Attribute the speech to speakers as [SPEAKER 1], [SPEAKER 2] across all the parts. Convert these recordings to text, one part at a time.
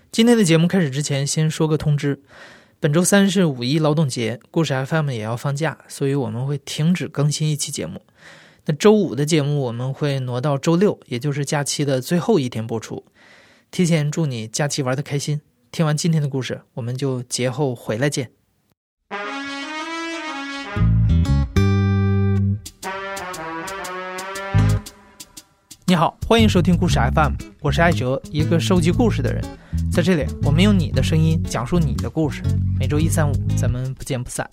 [SPEAKER 1] 今天的节目开始之前，先说个通知。本周三是五一劳动节，故事 FM 也要放假，所以我们会停止更新一期节目。那周五的节目我们会挪到周六，也就是假期的最后一天播出。提前祝你假期玩得开心。听完今天的故事，我们就节后回来见。你好，欢迎收听故事 FM， 我是艾哲，一个收集故事的人。在这里，我们用你的声音讲述你的故事。每周一、三、五，咱们不见不散。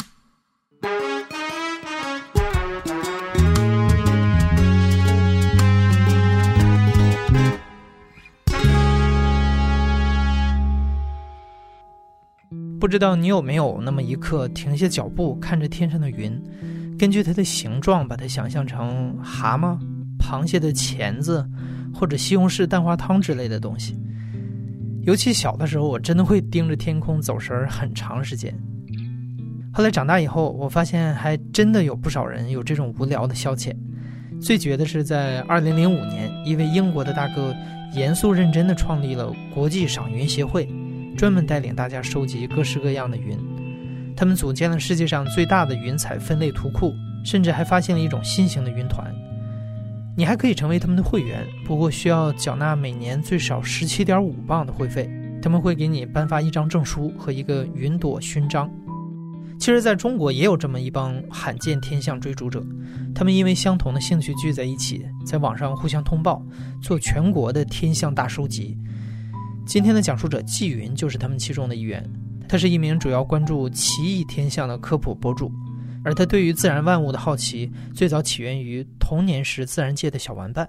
[SPEAKER 1] 不知道你有没有那么一刻停下脚步，看着天上的云，根据它的形状把它想象成蛤蟆、螃蟹的钳子，或者西红柿蛋花汤之类的东西。尤其小的时候，我真的会盯着天空走神很长时间。后来长大以后，我发现还真的有不少人有这种无聊的消遣。最绝的是在2005年，一位英国的大哥严肃认真地创立了国际赏云协会，专门带领大家收集各式各样的云。他们组建了世界上最大的云彩分类图库，甚至还发现了一种新型的云团。你还可以成为他们的会员，不过需要缴纳每年最少17.5磅的会费。他们会给你颁发一张证书和一个云朵勋章。其实在中国也有这么一帮罕见天象追逐者，他们因为相同的兴趣聚在一起，在网上互相通报，做全国的天象大收集。今天的讲述者纪云就是他们其中的一员。他是一名主要关注奇异天象的科普博主，而他对于自然万物的好奇最早起源于童年时自然界的小玩伴。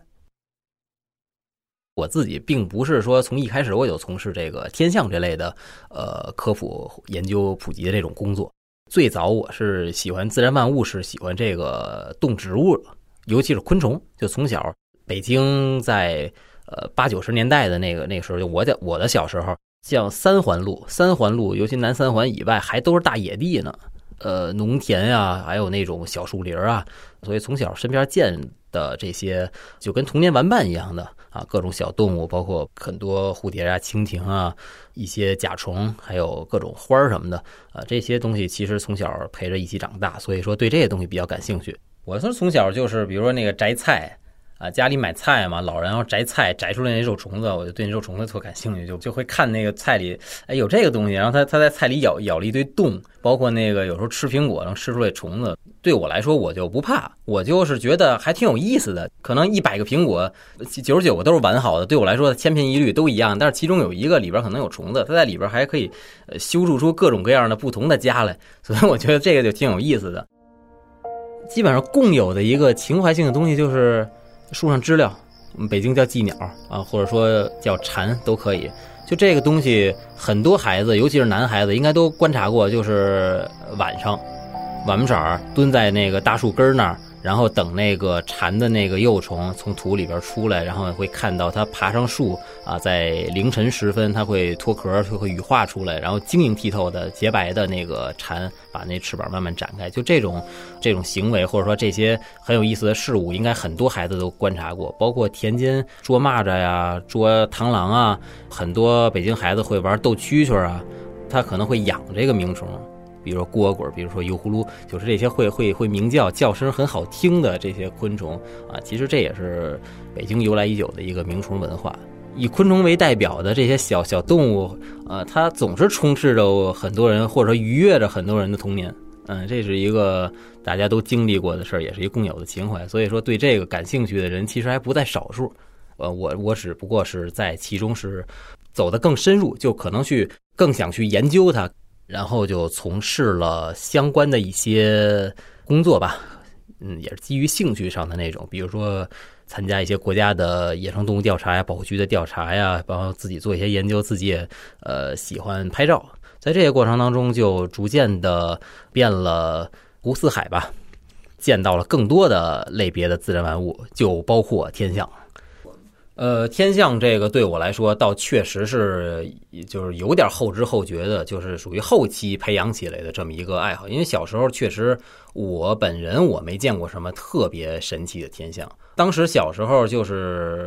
[SPEAKER 2] 我自己并不是说从一开始我就从事这个天象这类的科普研究普及的这种工作。最早我是喜欢自然万物，是喜欢这个动植物，尤其是昆虫。就从小北京在80、90年代的那个时候，就我的小时候，像三环路，尤其南三环以外还都是大野地呢。农田啊，还有那种小树林啊，所以从小身边见的这些就跟童年玩伴一样的啊，各种小动物，包括很多蝴蝶啊、蜻蜓啊，一些甲虫，还有各种花什么的啊，这些东西其实从小陪着一起长大，所以说对这些东西比较感兴趣。我是从小就是比如说那个摘菜啊，家里买菜嘛，老人要摘菜，摘出来那肉虫子，我就对那肉虫子特感兴趣，就会看那个菜里，哎，有这个东西，然后他在菜里咬了一堆洞，包括那个有时候吃苹果能吃出来虫子。对我来说，我就不怕，我就是觉得还挺有意思的。可能100个苹果，99个都是完好的，对我来说千篇一律都一样，但是其中有一个里边可能有虫子，它在里边还可以修筑出各种各样的不同的家来，所以我觉得这个就挺有意思的。基本上共有的一个情怀性的东西就是树上知了，我们北京叫寄鸟啊，或者说叫蝉都可以。就这个东西，很多孩子，尤其是男孩子，应该都观察过，就是晚上晚不色蹲在那个大树根那儿，然后等那个蝉的那个幼虫从土里边出来，然后会看到它爬上树啊，在凌晨时分它会脱壳，会羽化出来，然后晶莹剔透的洁白的那个蝉把那翅膀慢慢展开。就这种行为，或者说这些很有意思的事物，应该很多孩子都观察过。包括田间捉蚂蚱呀、捉螳螂啊，很多北京孩子会玩斗蛐蛐啊，他可能会养这个鸣虫，比如说蝈蝈，比如说油葫芦，就是这些会鸣叫，叫声很好听的这些昆虫啊，其实这也是北京由来已久的一个鸣虫文化。以昆虫为代表的这些小动物，它总是充斥着很多人，或者说愉悦着很多人的童年。这是一个大家都经历过的事儿，也是一个共有的情怀。所以说，对这个感兴趣的人其实还不在少数。我只不过是在其中是走得更深入，就可能更想去研究它。然后就从事了相关的一些工作吧，也是基于兴趣上的那种，比如说参加一些国家的野生动物调查呀、保护区的调查呀，包括自己做一些研究，自己也喜欢拍照。在这些过程当中，就逐渐的变了湖四海吧，见到了更多的类别的自然万物，就包括天象。天象这个对我来说倒确实是就是有点后知后觉的，就是属于后期培养起来的这么一个爱好。因为小时候确实我本人没见过什么特别神奇的天象，当时小时候就是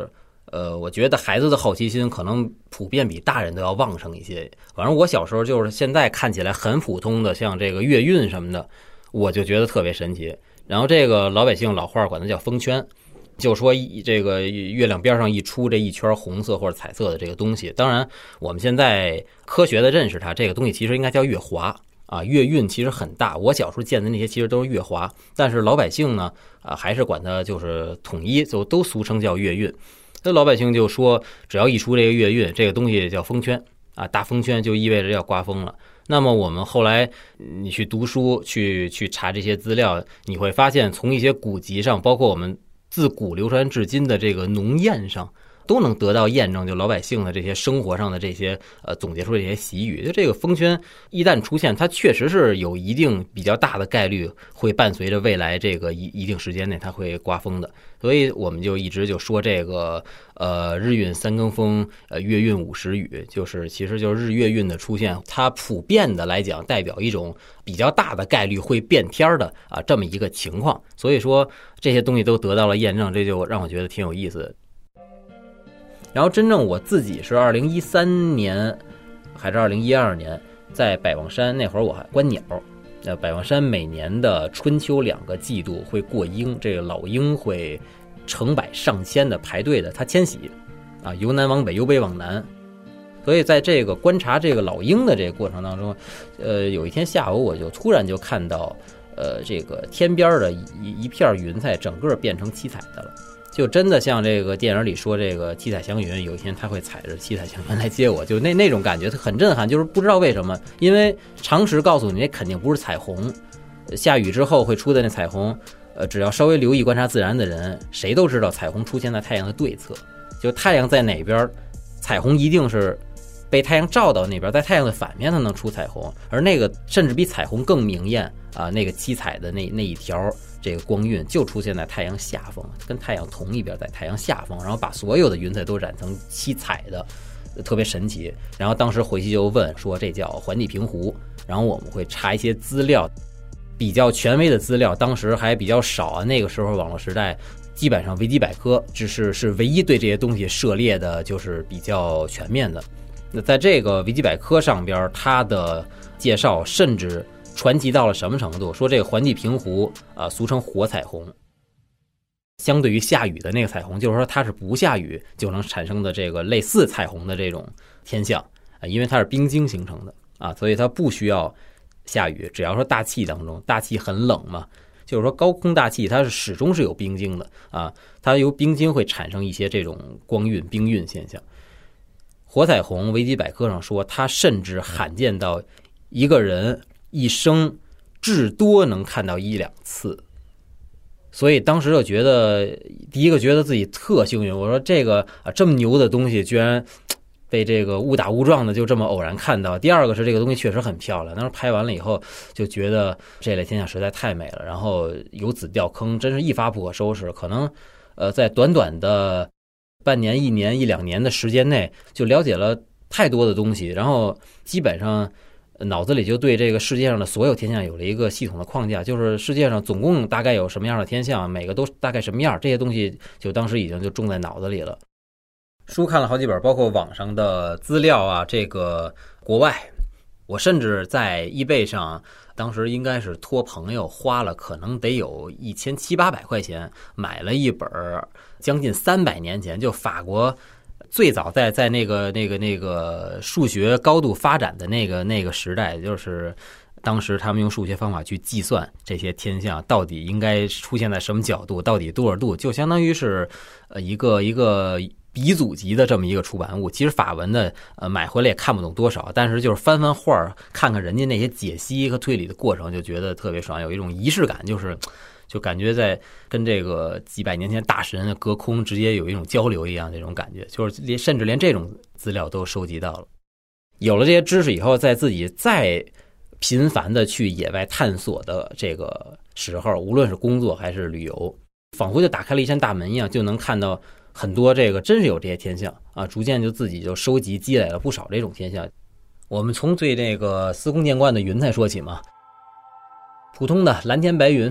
[SPEAKER 2] 我觉得孩子的好奇心可能普遍比大人都要旺盛一些。反正我小时候就是现在看起来很普通的，像这个月晕什么的，我就觉得特别神奇。然后这个老百姓老话管它叫风圈，就说这个月亮边上一出这一圈红色或者彩色的这个东西。当然，我们现在科学的认识它，这个东西其实应该叫月华啊。月晕其实很大，我小时候见的那些其实都是月华，但是老百姓呢，还是管它就是统一就都俗称叫月晕。那老百姓就说，只要一出这个月晕，这个东西叫风圈啊，大风圈就意味着要刮风了。那么我们后来你去读书去查这些资料，你会发现从一些古籍上，包括我们自古流传至今的这个农谚上，都能得到验证，就老百姓的这些生活上的这些总结出这些习语。就这个风圈一旦出现，它确实是有一定比较大的概率会伴随着未来这个一定时间内它会刮风的。所以我们就一直就说这个日晕三更风，月晕五时雨，其实就是日月晕的出现，它普遍的来讲代表一种比较大的概率会变天的这么一个情况。所以说这些东西都得到了验证，这就让我觉得挺有意思的。然后真正我自己是2013年还是2012年在百望山，那会儿我还观鸟。百望山每年的春秋2个季度会过鹰，这个老鹰会成百上千的排队的，它迁徙啊，由南往北，由北往南。所以在这个观察这个老鹰的这个过程当中，有一天下午我就突然就看到，这个天边的一片云彩整个变成七彩的了。就真的像这个电影里说这个七彩祥云，有一天他会踩着七彩祥云来接我，就那种感觉很震撼。就是不知道为什么，因为常识告诉你那肯定不是彩虹，下雨之后会出的那彩虹，只要稍微留意观察自然的人，谁都知道彩虹出现在太阳的对侧，就太阳在哪边，彩虹一定是被太阳照到那边，在太阳的反面它能出彩虹，而那个甚至比彩虹更明艳啊，那个七彩的那一条这个光晕就出现在太阳下方，跟太阳同一边，在太阳下方，然后把所有的云彩都染成七彩的，特别神奇。然后当时回去就问说这叫环地平湖，然后我们会查一些资料，比较权威的资料，当时还比较少啊，那个时候网络时代基本上维基百科是唯一对这些东西涉猎的就是比较全面的。那在这个维基百科上边，它的介绍甚至传奇到了什么程度？说这个环地平湖俗称火彩虹，相对于下雨的那个彩虹，就是说它是不下雨就能产生的这个类似彩虹的这种天象因为它是冰晶形成的所以它不需要下雨。只要说大气当中，大气很冷嘛，就是说高空大气它是始终是有冰晶的它由冰晶会产生一些这种光晕、冰晕现象。火彩虹维基百科上说，它甚至罕见到一个人一生至多能看到1-2次。所以当时就觉得，第一个觉得自己特幸运，我说这个这么牛的东西居然被这个误打误撞的就这么偶然看到。第二个是这个东西确实很漂亮，当时拍完了以后就觉得这类天象实在太美了，然后由此掉坑，真是一发不可收拾。可能在短短的半年、1年、1-2年的时间内就了解了太多的东西，然后基本上脑子里就对这个世界上的所有天象有了一个系统的框架，就是世界上总共大概有什么样的天象，每个都大概什么样，这些东西就当时已经就种在脑子里了。书看了好几本，包括网上的资料这个国外，我甚至在eBay上当时应该是托朋友花了可能得有1700-800块钱买了一本将近300年前，就法国最早在那个数学高度发展的那个时代，就是当时他们用数学方法去计算这些天象到底应该出现在什么角度，到底多少度，就相当于是一个鼻祖级的这么一个出版物。其实法文的买回来也看不懂多少，但是就是翻画看看人家那些解析和推理的过程，就觉得特别爽，有一种仪式感，就感觉在跟这个几百年前大神隔空直接有一种交流一样，这种感觉，就是甚至连这种资料都收集到了。有了这些知识以后，在自己再频繁的去野外探索的这个时候，无论是工作还是旅游，仿佛就打开了一扇大门一样，就能看到很多这个真是有这些天象逐渐就自己就收集积累了不少这种天象。我们从最这个司空见惯的云彩说起嘛，普通的蓝天白云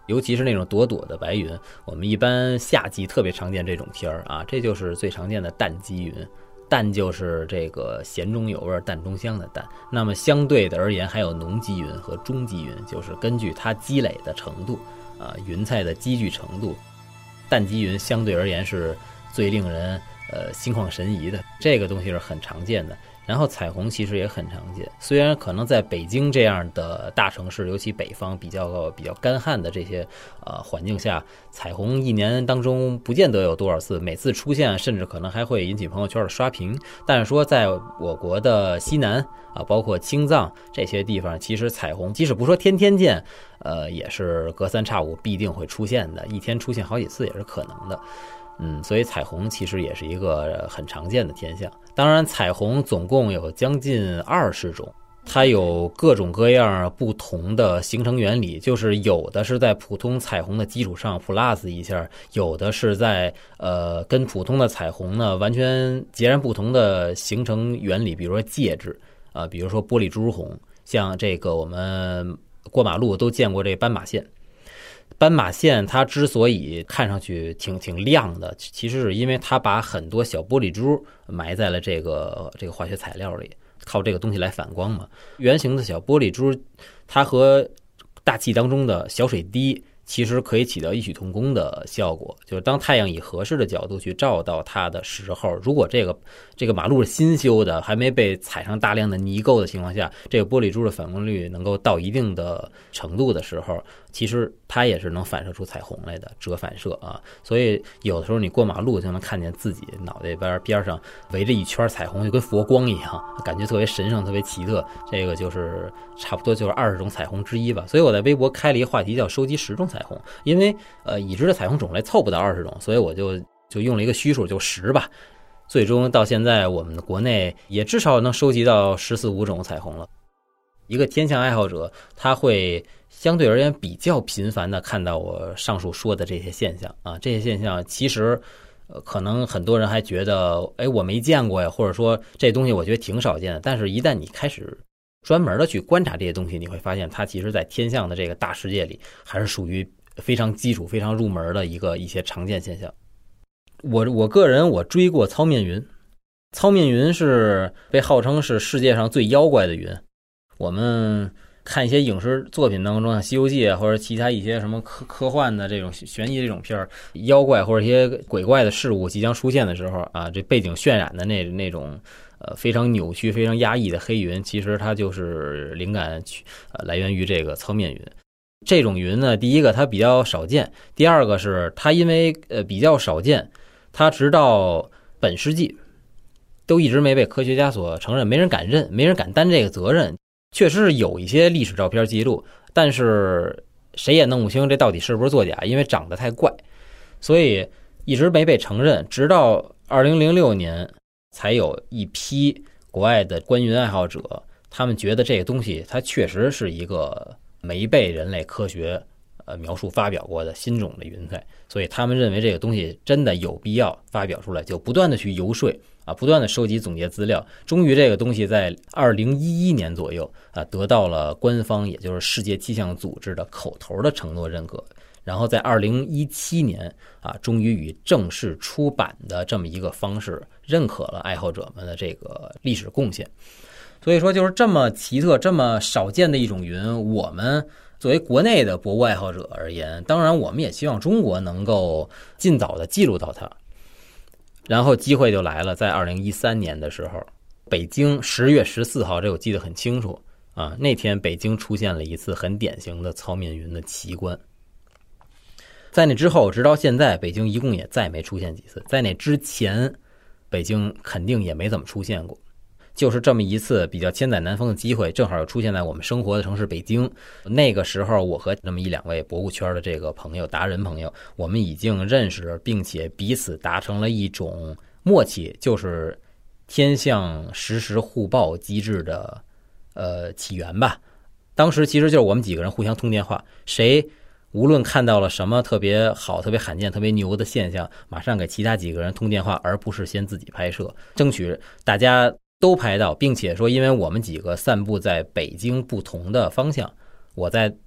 [SPEAKER 2] 尤其是那种朵朵的白云，我们一般夏季特别常见这种天儿啊，这就是最常见的淡积云。淡就是这个咸中有味、淡中香的淡。那么相对的而言，还有浓积云和中积云，就是根据它积累的程度啊，云彩的积聚程度，淡积云相对而言是最令人心旷神怡的，这个东西是很常见的。然后彩虹其实也很常见，虽然可能在北京这样的大城市，尤其北方比较干旱的这些环境下，彩虹一年当中不见得有多少次，每次出现甚至可能还会引起朋友圈的刷屏。但是说在我国的西南啊，包括青藏这些地方，其实彩虹即使不说天天见，也是隔三差五必定会出现的，一天出现好几次也是可能的。所以彩虹其实也是一个很常见的天象。当然，彩虹总共有将近20种，它有各种各样不同的形成原理，就是有的是在普通彩虹的基础上 plus 一下，有的是在跟普通的彩虹呢完全截然不同的形成原理，比如说介质比如说玻璃珠红，像这个我们过马路都见过这斑马线。斑马线它之所以看上去挺亮的，其实是因为它把很多小玻璃珠埋在了这个化学材料里，靠这个东西来反光嘛。圆形的小玻璃珠，它和大气当中的小水滴其实可以起到异曲同工的效果，就是当太阳以合适的角度去照到它的时候，如果这个马路是新修的，还没被踩上大量的泥垢的情况下，这个玻璃珠的反光率能够到一定的程度的时候，其实它也是能反射出彩虹来的，折反射啊。所以有的时候你过马路就能看见自己脑袋边上围着一圈彩虹，就跟佛光一样，感觉特别神圣，特别奇特。这个就是差不多就是20种彩虹之一吧。所以我在微博开了一个话题叫收集10种彩虹，因为已知的彩虹种类凑不到20种，所以我就用了一个虚数，就10吧。最终到现在我们的国内也至少能收集到14、15种彩虹了。一个天象爱好者他会相对而言比较频繁的看到我上述说的这些现象啊，这些现象其实可能很多人还觉得我没见过呀，或者说这东西我觉得挺少见的，但是一旦你开始专门的去观察这些东西，你会发现它其实在天象的这个大世界里还是属于非常基础非常入门的一些常见现象。我个人我追过糙面云，糙面云是被号称是世界上最妖怪的云。我们看一些影视作品当中，像《西游记》或者其他一些什么科幻的这种悬疑这种片儿，妖怪或者一些鬼怪的事物即将出现的时候啊，这背景渲染的那种非常扭曲、非常压抑的黑云，其实它就是灵感来源于这个糙面云。这种云呢，第一个它比较少见，第二个是它因为比较少见，它直到本世纪都一直没被科学家所承认，没人敢认，没人敢担这个责任。确实是有一些历史照片记录，但是谁也弄不清这到底是不是作假，因为长得太怪，所以一直没被承认。直到2006年才有一批国外的观云爱好者，他们觉得这个东西它确实是一个没被人类科学描述发表过的新种的云彩，所以他们认为这个东西真的有必要发表出来，就不断的去游说不断的收集总结资料，终于这个东西在2011年左右得到了官方也就是世界气象组织的口头的承诺认可，然后在2017年终于以正式出版的这么一个方式认可了爱好者们的这个历史贡献。所以说就是这么奇特这么少见的一种云，我们作为国内的博物爱好者而言，当然我们也希望中国能够尽早的记录到它。然后机会就来了，在2013年的时候，北京10月14号，这我记得很清楚那天北京出现了一次很典型的糙面云的奇观。在那之后直到现在，北京一共也再没出现几次，在那之前北京肯定也没怎么出现过。就是这么一次比较千载难逢的机会，正好又出现在我们生活的城市北京。那个时候我和这么1-2位博物圈的这个朋友达人朋友，我们已经认识并且彼此达成了一种默契，就是天象实时互报机制的起源吧。当时其实就是我们几个人互相通电话，谁无论看到了什么特别好特别罕见特别牛的现象，马上给其他几个人通电话，而不是先自己拍摄，争取大家都拍到，并且说因为我们几个散布在北京不同的方向，我在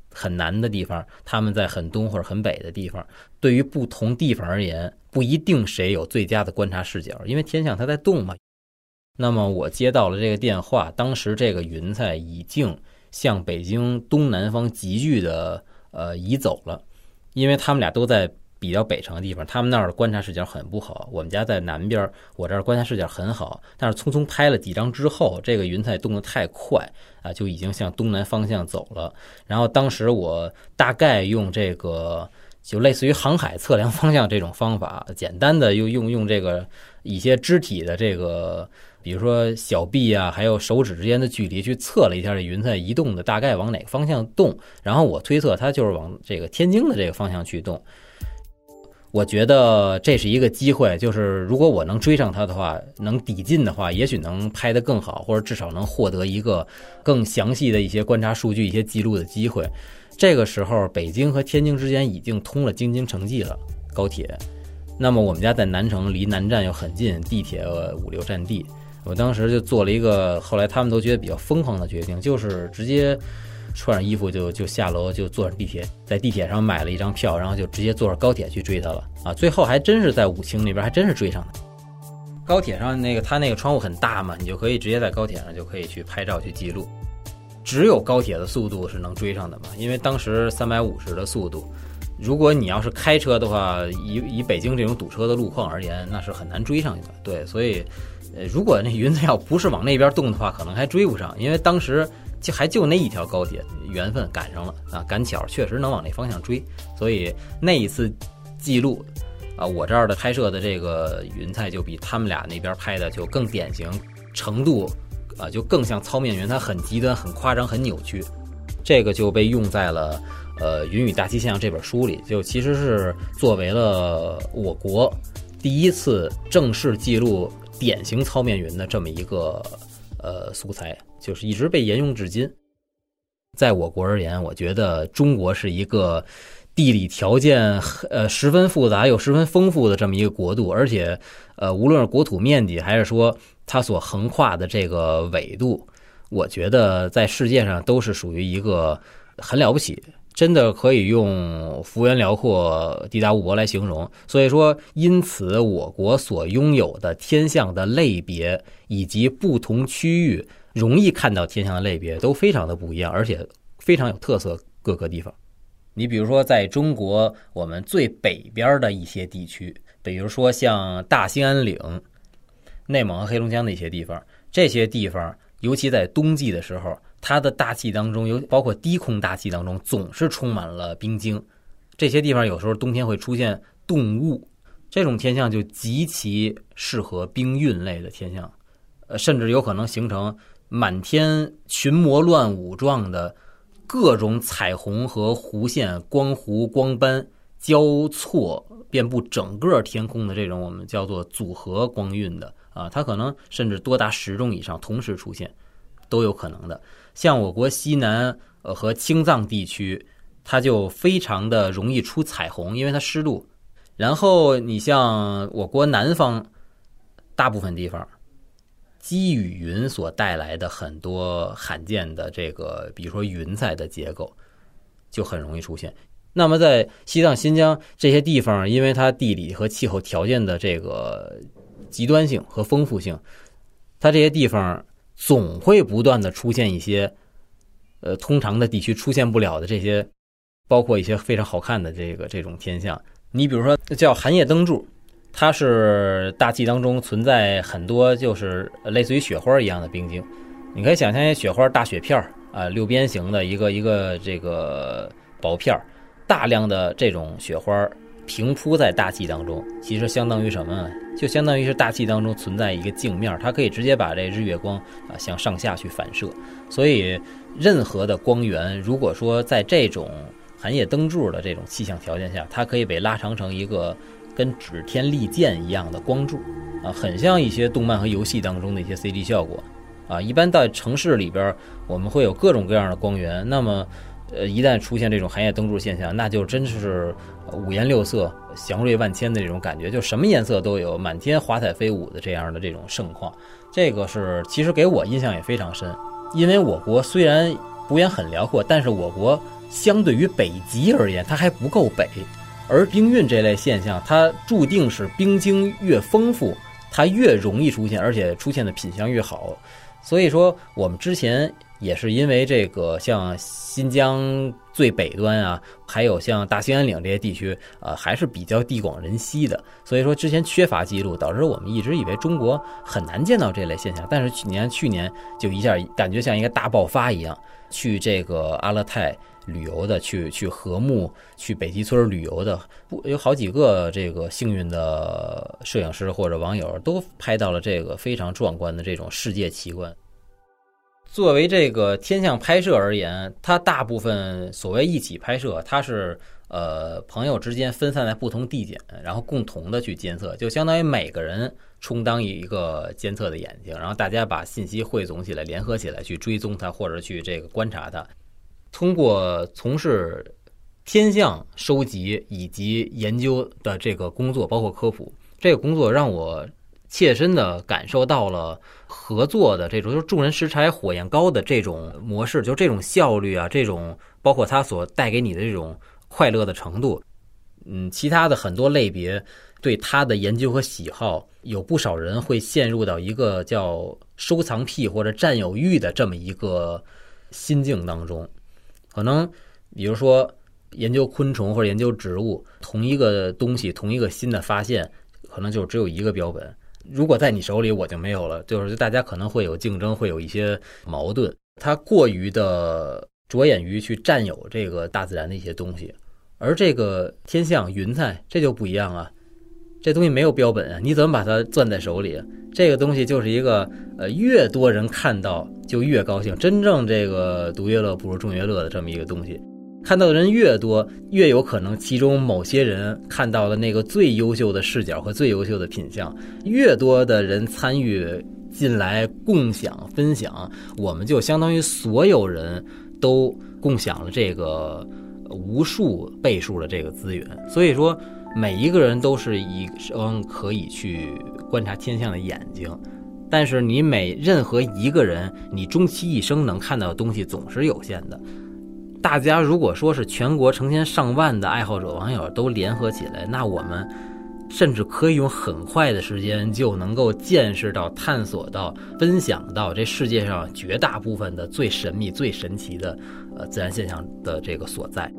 [SPEAKER 2] 很南的地方，他们在很东或者很北的地方，对于不同地方而言，不一定谁有最佳的观察视角，因为天象它在动嘛。那么我接到了这个电话，当时这个云彩已经向北京东南方急剧的移走了，因为他们俩都在比较北城的地方，他们那儿的观察视角很不好，我们家在南边，我这儿观察视角很好，但是匆匆拍了几张之后，这个云彩动得太快啊，就已经向东南方向走了。然后当时我大概用这个就类似于航海测量方向这种方法，简单的用这个一些肢体的这个，比如说小臂啊，还有手指之间的距离去测了一下这云彩移动的大概往哪个方向动，然后我推测它就是往这个天津的这个方向去动。我觉得这是一个机会，就是如果我能追上它的话，能抵近的话，也许能拍得更好，或者至少能获得一个更详细的一些观察数据、一些记录的机会。这个时候，北京和天津之间已经通了京津城际了，高铁。那么我们家在南城，离南站又很近，地铁5、6站地。我当时就做了一个，后来他们都觉得比较疯狂的决定，就是直接穿上衣服就下楼，就坐上地铁，在地铁上买了一张票，然后就直接坐上高铁去追他了啊！最后还真是在武清那边，还真是追上的。高铁上他那个窗户很大嘛，你就可以直接在高铁上就可以去拍照去记录。只有高铁的速度是能追上的嘛，因为当时350的速度，如果你要是开车的话，以北京这种堵车的路况而言，那是很难追上去的。对，所以如果那云彩要不是往那边动的话，可能还追不上，因为当时就那一条高铁，缘分赶上了啊，赶巧确实能往那方向追，所以那一次记录啊，我这儿的拍摄的这个云彩就比他们俩那边拍的就更典型，程度啊就更像糙面云，它很极端、很夸张、很扭曲。这个就被用在了《云与大气现象》这本书里，就其实是作为了我国第一次正式记录典型糙面云的这么一个素材，就是一直被沿用至今。在我国而言，我觉得中国是一个地理条件十分复杂又十分丰富的这么一个国度，而且无论是国土面积还是说它所横跨的这个纬度，我觉得在世界上都是属于一个很了不起，真的可以用幅员辽阔、地大物博来形容。所以说，因此我国所拥有的天象的类别以及不同区域容易看到天象的类别都非常的不一样，而且非常有特色，各个地方。你比如说在中国我们最北边的一些地区，比如说像大兴安岭、内蒙和黑龙江的一些地方，这些地方尤其在冬季的时候，它的大气当中，包括低空大气当中，总是充满了冰晶。这些地方有时候冬天会出现冻雾，这种天象就极其适合冰运类的天象，甚至有可能形成满天群魔乱舞状的各种彩虹和弧线、光弧、光斑交错遍布整个天空的这种我们叫做组合光晕的啊，它可能甚至多达10种以上同时出现，都有可能的。像我国西南和青藏地区，它就非常的容易出彩虹，因为它湿度。然后你像我国南方大部分地方，积雨云所带来的很多罕见的这个比如说云彩的结构就很容易出现。那么在西藏、新疆这些地方，因为它地理和气候条件的这个极端性和丰富性，它这些地方总会不断的出现一些通常的地区出现不了的这些，包括一些非常好看的这种天象。你比如说叫寒夜灯柱，它是大气当中存在很多就是类似于雪花一样的冰晶，你可以想象一些雪花大雪片啊，6边形的一个这个薄片，大量的这种雪花平铺在大气当中，其实相当于什么？就相当于是大气当中存在一个镜面，它可以直接把这日月光向上下去反射。所以任何的光源，如果说在这种寒夜灯柱的这种气象条件下，它可以被拉长成一个跟指天利剑一样的光柱啊，很像一些动漫和游戏当中的一些 CG 效果啊。一般在城市里边，我们会有各种各样的光源，那么一旦出现这种寒夜灯柱现象，那就真是五颜六色、祥瑞万千的这种感觉，就什么颜色都有，满天华彩飞舞的这样的这种盛况。这个是其实给我印象也非常深，因为我国虽然幅员很辽阔，但是我国相对于北极而言，它还不够北。而冰运这类现象，它注定是冰晶越丰富，它越容易出现，而且出现的品相越好。所以说，我们之前也是因为这个，像新疆最北端啊，还有像大兴安岭这些地区，还是比较地广人稀的。所以说，之前缺乏记录，导致我们一直以为中国很难见到这类现象。但是去年就一下感觉像一个大爆发一样，去这个阿勒泰旅游的，去禾木，去北极村旅游的，有好几个这个幸运的摄影师或者网友都拍到了这个非常壮观的这种世界奇观。作为这个天象拍摄而言，它大部分所谓一起拍摄，它是朋友之间分散在不同地点，然后共同的去监测，就相当于每个人充当一个监测的眼睛，然后大家把信息汇总起来，联合起来去追踪它，或者去这个观察它。通过从事天象收集以及研究的这个工作，包括科普这个工作，让我切身的感受到了合作的这种，就是众人拾柴火焰高的这种模式，就这种效率啊，这种包括它所带给你的这种快乐的程度。其他的很多类别对它的研究和喜好，有不少人会陷入到一个叫收藏癖或者占有欲的这么一个心境当中。可能比如说研究昆虫或者研究植物，同一个东西，同一个新的发现，可能就只有一个标本。如果在你手里，我就没有了，就是大家可能会有竞争，会有一些矛盾。它过于的着眼于去占有这个大自然的一些东西，而这个天象云彩这就不一样啊。这东西没有标本啊，你怎么把它攥在手里？这个东西就是一个越多人看到就越高兴，真正这个独乐乐不如众乐乐的这么一个东西。看到的人越多，越有可能其中某些人看到的那个最优秀的视角和最优秀的品相，越多的人参与进来共享分享，我们就相当于所有人都共享了这个无数倍数的这个资源。所以说每一个人都是一双可以去观察天象的眼睛，但是你任何一个人，你终其一生能看到的东西总是有限的。大家如果说是全国成千上万的爱好者网友都联合起来，那我们甚至可以用很快的时间就能够见识到、探索到、分享到这世界上绝大部分的最神秘、最神奇的自然现象的这个所在。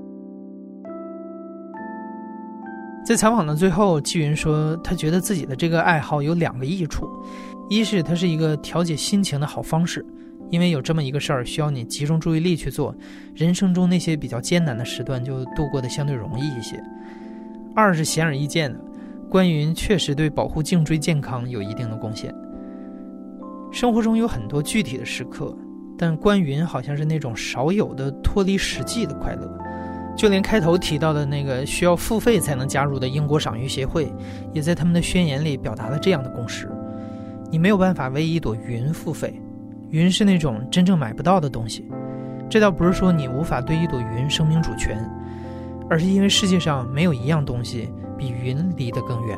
[SPEAKER 1] 在采访的最后，纪云说他觉得自己的这个爱好有2个益处，一是它是一个调节心情的好方式，因为有这么一个事儿需要你集中注意力去做，人生中那些比较艰难的时段就度过的相对容易一些。二是显而易见的，观云确实对保护颈椎健康有一定的贡献。生活中有很多具体的时刻，但观云好像是那种少有的脱离实际的快乐。就连开头提到的那个需要付费才能加入的英国赏鱼协会，也在他们的宣言里表达了这样的共识：你没有办法为一朵云付费，云是那种真正买不到的东西。这倒不是说你无法对一朵云声明主权，而是因为世界上没有一样东西比云离得更远。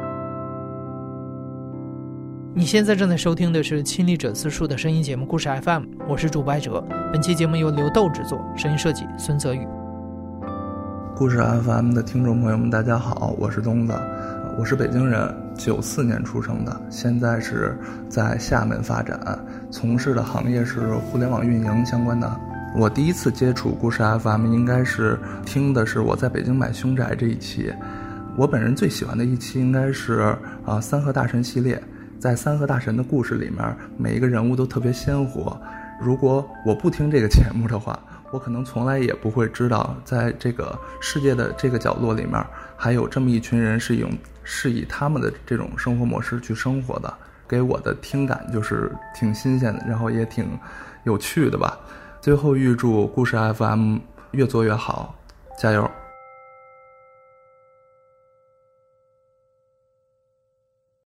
[SPEAKER 1] 你现在正在收听的是亲历者自述的声音节目故事 FM， 我是主播艾哲。本期节目由刘豆制作，声音设计孙泽宇。
[SPEAKER 3] 故事 FM 的听众朋友们大家好，我是东子，我是北京人，94年出生的，现在是在厦门发展，从事的行业是互联网运营相关的。我第一次接触故事 FM 应该是听的是我在北京买凶宅这一期，我本人最喜欢的一期应该是三河大神系列。在三河大神的故事里面，每一个人物都特别鲜活，如果我不听这个节目的话，我可能从来也不会知道在这个世界的这个角落里面还有这么一群人是以他们的这种生活模式去生活的，给我的听感就是挺新鲜的，然后也挺有趣的吧。最后预祝故事 FM 越做越好，加油。